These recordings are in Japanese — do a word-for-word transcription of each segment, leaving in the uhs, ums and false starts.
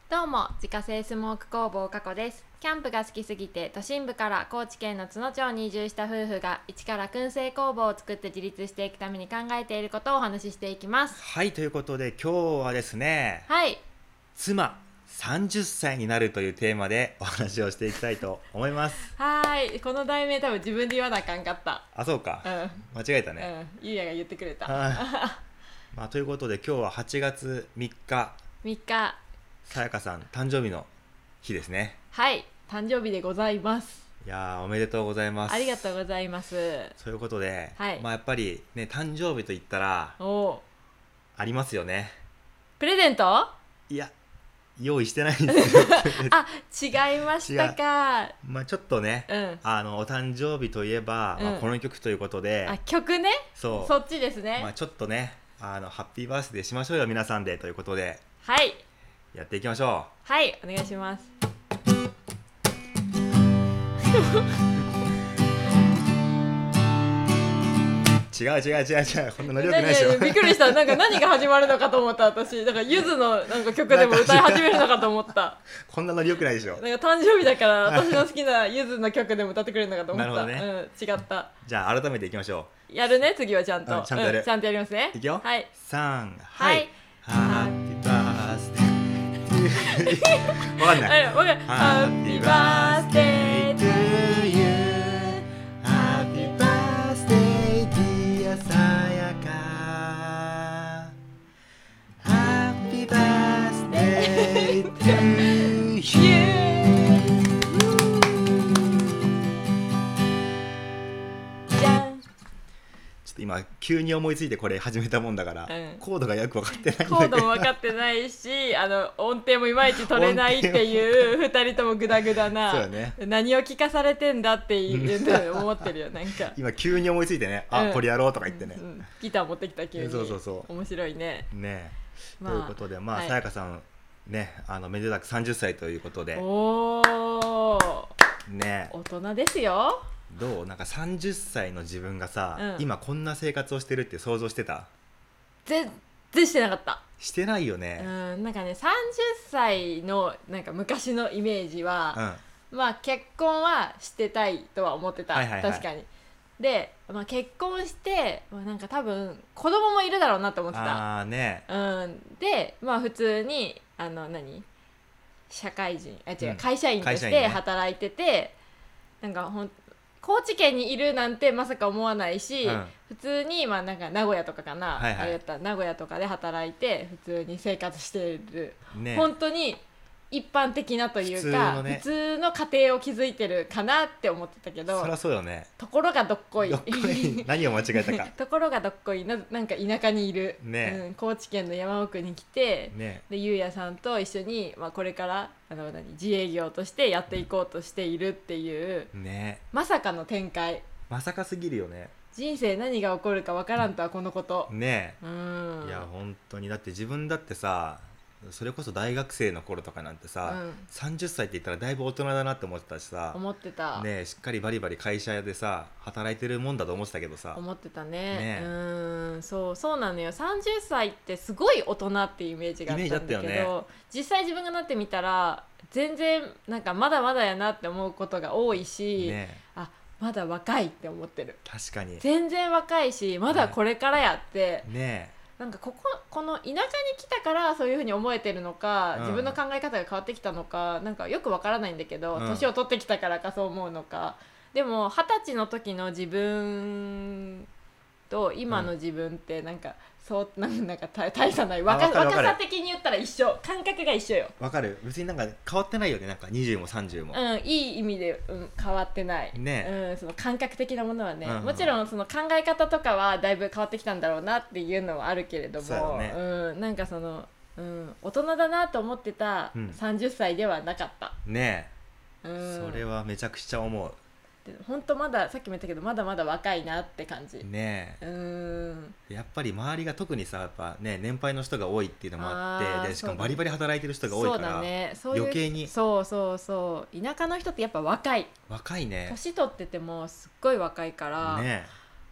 どうも、自家製スモーク工房加古です。キャンプが好きすぎて都心部から高知県の津野町に移住した夫婦が一から燻製工房を作って自立していくために考えていることをお話ししていきます。 はい、ということで今日はですね、 はい、 妻さんじゅっさいになるというテーマでお話をしていきたいと思います。 はい、この題名多分自分で言わなあかんかった。 あ、そうか、 うん、 間違えたね。 うん、ゆうやが言ってくれた。 まあ、ということで今日ははちがつみっか、 みっか、 さやかさん誕生日の日ですね。 はい、誕生日でございます。 いやー、おめでとうございます。 ありがとうございます。 そういうことで、 はい、 まあ、やっぱりね、誕生日と言ったらおありますよね。 プレゼント？ いや、用意してないんですよ。 あ、違いましたか。 まあちょっとね、 うん、 あのお誕生日といえば、 うん、 まあ、この曲ということで、 あ、曲ね。 そう、 そっちですね。 まあ、ちょっとね、あのハッピーバースデーしましょうよ皆さんでということで、 はい、 やっていきましょう。はい、お願いします。 違う違う違う違う、こんなノリ良くないでしょ。 びっくりした。なんか何が始まるのかと思った。私なんかゆずのなんか曲でも歌い始めるのかと思った。 こんなノリ良くないでしょ。 なんか誕生日だから私の好きなゆずの曲でも歌ってくれるのかと思った。 なるほどね、 うん、違った。 じゃあ改めていきましょう。やるね、次はちゃんと、 うん、ちゃんとやる、 うん、ちゃんとやりますね。 いくよ、 はい、 さん、 はい、 ハッピーバースデーわかんない。 わかる。ハッピーバースデートゥーユー。 ハッピーバースデーディアさやか。ハッピーバースデートゥーユー。 じゃん。 ちょっと今急に思いついてこれ始めたもんだから、うん、コードがよく分かってないんだけど、 コードも分かってないし、あの音程もいまいち取れないっていうふたりともグダグダな、 そうよね、 何を聞かされてんだっていう思ってるよ。なんか今急に思いついてね、あ、うん、これやろうとか言ってね、 うんうん、ギター持ってきた急に。 そうそうそう、 面白いね。 ね、 まあ、 ということで、まあ、さやかさんね、あのめでたくさんじゅっさいということで、 おー、 ね、 大人ですよ。 どう？なんかさんじゅっさいの自分がさ、 うん、 今こんな生活をしてるって想像してた？ 全然してなかった。 してないよね。 うん、なんかね、さんじゅっさいのなんか昔のイメージは、うん、まあ結婚はしてたいとは思ってた、はいはいはい、確かに。で、まあ、結婚して、まあ、なんか多分子供もいるだろうなと思ってた。 あーね、 うん、で、まあ普通にあの何社会人あ違う、うん、会社員として働いてて、ね、なんかほん高知県にいるなんてまさか思わないし、うん、普通に、まあ、なんか名古屋とかかな、はいはい、あれやった名古屋とかで働いて普通に生活してる、ね、本当に一般的なというか普通の、ね、普通の家庭を築いてるかなって思ってたけど、 そりゃそうよね。 ところがどっこい何を間違えたかところがどっこい な, なんか田舎にいる、ね、うん、高知県の山奥に来て、ね、でゆうやさんと一緒に、まあ、これからあの何自営業としてやっていこうとしているっていう、ね、まさかの展開。 まさかすぎるよね。 人生何が起こるかわからんとはこのことねえ、 うん、 いや本当にだって自分だってさ、それこそ大学生の頃とかなんてさ、うん、さんじゅっさいって言ったらだいぶ大人だなって思ってたしさ、 思ってたね、しっかりバリバリ会社でさ働いてるもんだと思ってたけどさ、 思ってた ね, ねうんそうそうなのよ。さんじゅっさいってすごい大人っていうイメージがあったんだけど、ね、実際自分がなってみたら全然なんかまだまだやなって思うことが多いし、ね、あまだ若いって思ってる。 確かに全然若いしまだこれからやって、 ねね、 なんかこここの田舎に来たからそういう風に思えてるのか、うん、自分の考え方が変わってきたのかなんかよくわからないんだけど、年、うん、を取ってきたからかそう思うのか。でもはたちの時の自分と今の自分ってなんか、うん、そうなんか大差ない。 若, 若さ的に言ったら一緒、感覚が一緒よ。 わかる。別になんか変わってないよね。なんかにじゅうもさんじゅうも、 うん、いい意味で、うん、変わってない、ね、うん、その感覚的なものはね、うんうん、もちろんその考え方とかはだいぶ変わってきたんだろうなっていうのはあるけれども、ね、うん、なんかその、うん、大人だなと思ってたさんじゅっさいではなかった、 うん、ねえ、うん、それはめちゃくちゃ思う。 本当まださっきも言ったけどまだまだ若いなって感じねえ、 うーん、 やっぱり周りが特にさやっぱ、ね、年配の人が多いっていうのもあって、でしかもバリバリ働いてる人が多いから、そうだ、ね、そういう余計にそうそうそう田舎の人ってやっぱ若い若いね。 年取っててもすっごい若いから、 ね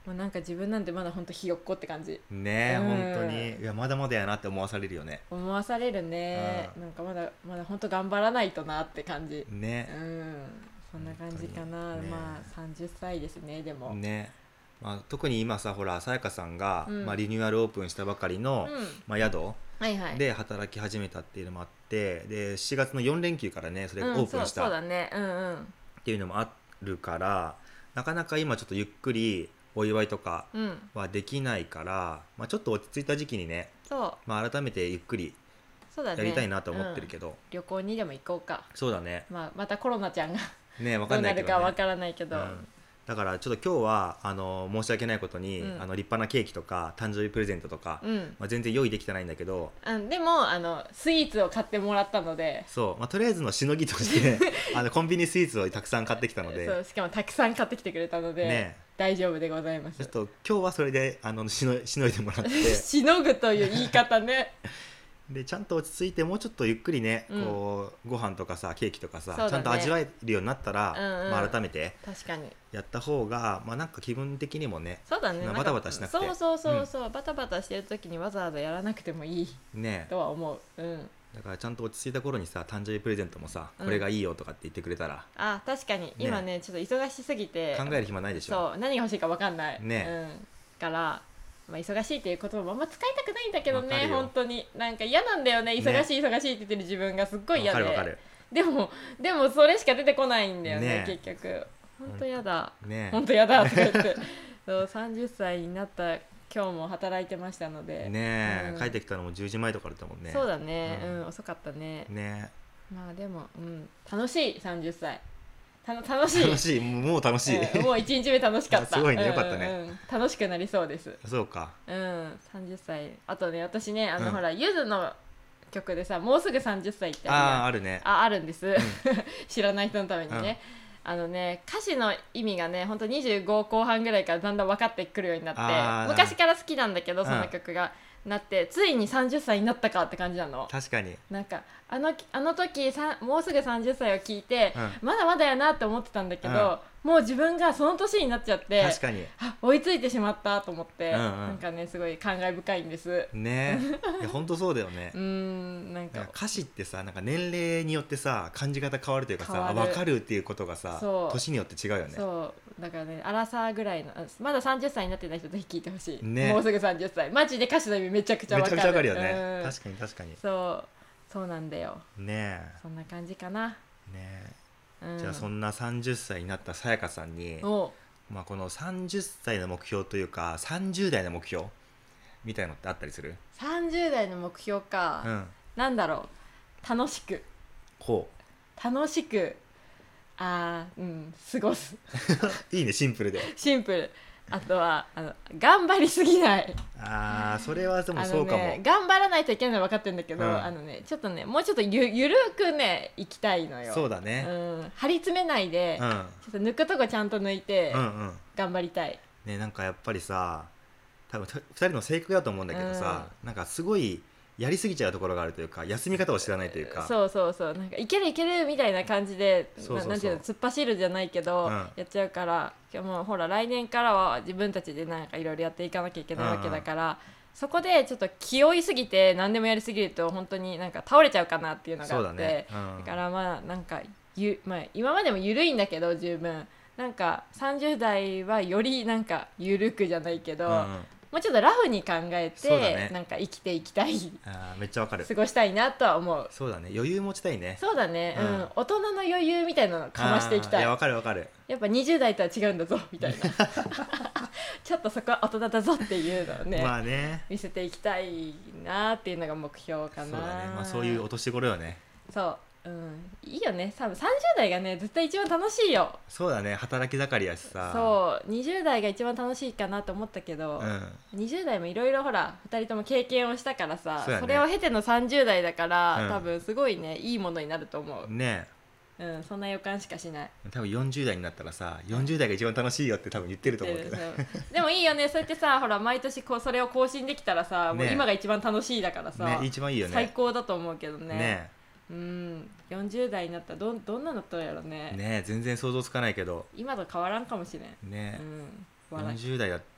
もうなんか自分なんてまだほんとひよっこって感じねえ、 うん本当にいやまだまだやなって思わされるよね。 思わされるね、 うんなんかまだまだほんと頑張らないとなって感じねうんそんな感じかな、 ねまあさんじゅっさいですねでも、 ね、まあ、特に今さほらさやかさんが、 うんまあ、リニューアルオープンしたばかりの、 うんまあ、宿はいはいで働き始めたっていうのもあってでしちがつのよん連休からねそれがオープンしうん、そうそうたっだねうんうんていうのもあるからなかなか今ちょっとゆっくりお祝いとかうんはできないから、まあ、ちょっと落ち着いた時期にね、 そうまあ、改めてゆっくりそうだねやりたいなと思ってるけど、 うん旅行にでも行こうか、 そうだねまあ、またコロナちゃんがねわどうんないるかないけどねかわからないけど、 うんだからちょっと今日はあの申し訳ないことに、 うんあの立派なケーキとか誕生日プレゼントとか、 うんまあ、全然用意できてないんだけどうん、でもあのスイーツを買ってもらったのでそう、まあ、とりあえずのしのぎとしてあのコンビニスイーツをたくさん買ってきたのでそうしかもたくさん買ってきてくれたので、 ね大丈夫でございますちょっと今日はそれであのしのしのいでもらってしのぐという言い方ねでちゃんと落ち着いてもうちょっとゆっくりね、 うんこうご飯とかさケーキとかさ、 そうだねちゃんと味わえるようになったら、 うんうんまあ、改めて確かにやった方が、まあ、なんか気分的にもねそうだねまあバタバタしなくてそうそうそうそう、バタバタしてる時にわざわざやらなくてもいいねとは思ううんだからちゃんと落ち着いた頃にさ誕生日プレゼントもさ、 うんこれがいいよとかって言ってくれたらあ確かに今ねちょっと忙しすぎて考える暇ないでしょ。 そう何が欲しいか分かんないねうん、から、まあ、忙しいっていう言葉もあんま使いたくないんだけどねわかるよ本当になんか嫌なんだよね忙しい忙しいって言ってる自分がすっごい嫌でわかるわかるでもでもそれしか出てこないんだよねね結局本当嫌だね本当嫌だとか言ってそうさんじゅっさいになった今日も働いてましたのでねえ、 うん帰ってきたのもじゅうじまえとかだったもんね。 そうだね、ううんん遅かったねねまあでも、うん、楽しいさんじゅっさいた楽しい楽しいもう楽しい、 うんもういちにちめ楽しかったあすごいねうんよかったねうんうん楽しくなりそうですそうかうんさんじゅっさいあとね私ねあの、 うんほらゆずの曲でさもうすぐさんじゅっさいってあるやんあああるねああるんです、知らない人のためにね、あのね歌詞の意味がねほんとにじゅうご後半ぐらいからだんだん分かってくるようになってあー昔から好きなんだけどそうんの曲が、なってついにさんじゅっさいになったかって感じなの確かに、 なんかあのあの時さもうすぐさんじゅっさいを聞いて、 うまだまだやなって思ってたんだけど、もう自分がその年になっちゃって確かにあ追いついてしまったと思って、 うんうんなんかねすごい感慨深いんですねいや本当そうだよねうーんなんかなんか歌詞ってさなんか年齢によってさ感じ方変わるというかさ変わる分かるっていうことがさそう年によって違うよねそうだからねアラサーぐらいのあまださんじゅっさいになってない人ぜひ聞いてほしい、 ねもうすぐさんじゅっさいマジで歌詞の意味めちゃくちゃめわかるちゃくちゃわかるよね、 うん確かに確かにそうそうなんだよねそんな感じかな、 えねえ、 うん、 じゃあそんなさんじゅっさいになったさやかさんに、 おまあ、このさんじゅっさいの目標というかさんじゅう代の目標みたいのってあったりする？ さんじゅう代の目標か、 うんなんだろう楽しくほ楽しくあーうん過ごすういいねシンプルでシンプルあとはあの頑張りすぎないあーそれはでもあのそうかも、 ね、頑張らないといけないのは分かってるんだけど、 うんあのねちょっとねもうちょっとゆゆるくね行きたいのよそうだね、 うん、張り詰めないで、 うん、 ちょっと抜くとこちゃんと抜いてうんうん頑張りたい、 ねなんかやっぱりさ多分ふたりの性格だと思うんだけどさ、なんかすごいやりすぎちゃうところがあるというか休み方を知らないというかそうそうそうなんかいけるいけるみたいな感じでそうそうそうななんていうの突っ走るじゃないけど、 うんやっちゃうから今日もうほら来年からは自分たちでなんかいろいろやっていかなきゃいけないわけだから、そこでちょっと気負いすぎて何でもやりすぎると本当になんか倒れちゃうかなっていうのがそうだあってね、うん、 だからまあなんかゆ、まあ、今までも緩いんだけど十分なんかさんじゅう代はよりなんか緩くじゃないけど、 うんうんもうちょっとラフに考えて、 そうだねなんか生きていきたいあーめっちゃわかる過ごしたいなとは思うそうだね余裕持ちたいねそうだね、ううんん大人の余裕みたいなのかましていきたいあーやわかるわかるやっぱにじゅう代とは違うんだぞみたいなちょっとそこは大人だぞっていうのをね、 まあね見せていきたいなっていうのが目標かなそうだねまあそういうお年頃よねそう、うん、いいよね多分さんじゅう代がね絶対一番楽しいよそうだね働き盛りやしさそうにじゅう代が一番楽しいかなと思ったけど、 うんにじゅう代もいろいろほらふたりとも経験をしたからさそうやねそれを経てのさんじゅう代だから、 うん多分すごいねいいものになると思う、 ねうん、そんな予感しかしない多分よんじゅう代になったらさよんじゅう代が一番楽しいよって多分言ってると思うけどそうでもいいよねそうやってさほら毎年こうそれを更新できたらさ、もうね今が一番楽しいだからさ、 ね一番いいよね最高だと思うけどねねうんよんじゅう代になったらどんどんなのだったらやろねね全然想像つかないけど今と変わらんかもしれん、 ねうん、笑いよんじゅう代だ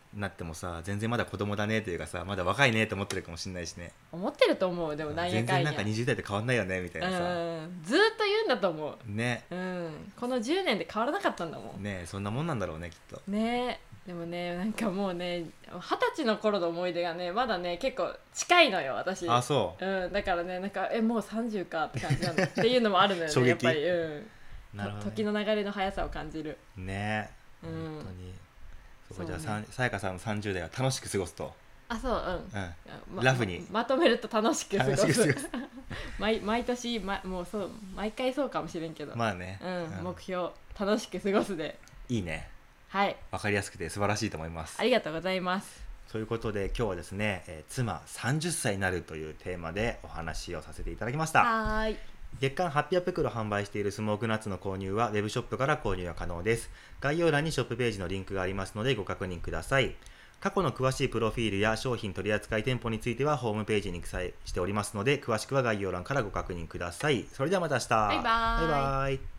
なってもさ全然まだ子供だねというかさまだ若いねと思ってるかもしれないしね。 思ってると思う。でもなんやかんや全然なんかにじゅう代と変わんないよねみたいなさ、 うん、ずーっと言うんだと思うね、 うん、このじゅうねんで変わらなかったんだもんね。そんなもんなんだろうねきっとね。でもねなんかもうねはたちの頃の思い出がねまだね結構近いのよ私。 あそう、 うん、だからねなんかえもうさんじゅうかって感じなのっていうのもあるのよねやっぱり、うんなるほどね、 時の流れの速さを感じるね、 うん、 本当にそうか。じゃあそうねさやかさんのさんじゅう代は楽しく過ごすと。 あそううん、 うんま、 ラフにまとめると楽しく過ごす楽しく過ごす毎, 毎年、ま、もうそう毎回そうかもしれんけどまあね、 うんうん目標楽しく過ごすでいいね。 はいわかりやすくて素晴らしいと思います。 ありがとうございます。 ということで今日はですね、えー妻さんじゅっさいになるというテーマでお話をさせていただきました。 はーい。 月間はっぴゃく袋販売しているスモークナッツの購入はウェブショップから購入が可能です。概要欄にショップページのリンクがありますのでご確認ください。過去の詳しいプロフィールや商品取扱店舗についてはホームページに記載しておりますので詳しくは概要欄からご確認ください。それではまた明日。 バイバーイ。 バイバイ。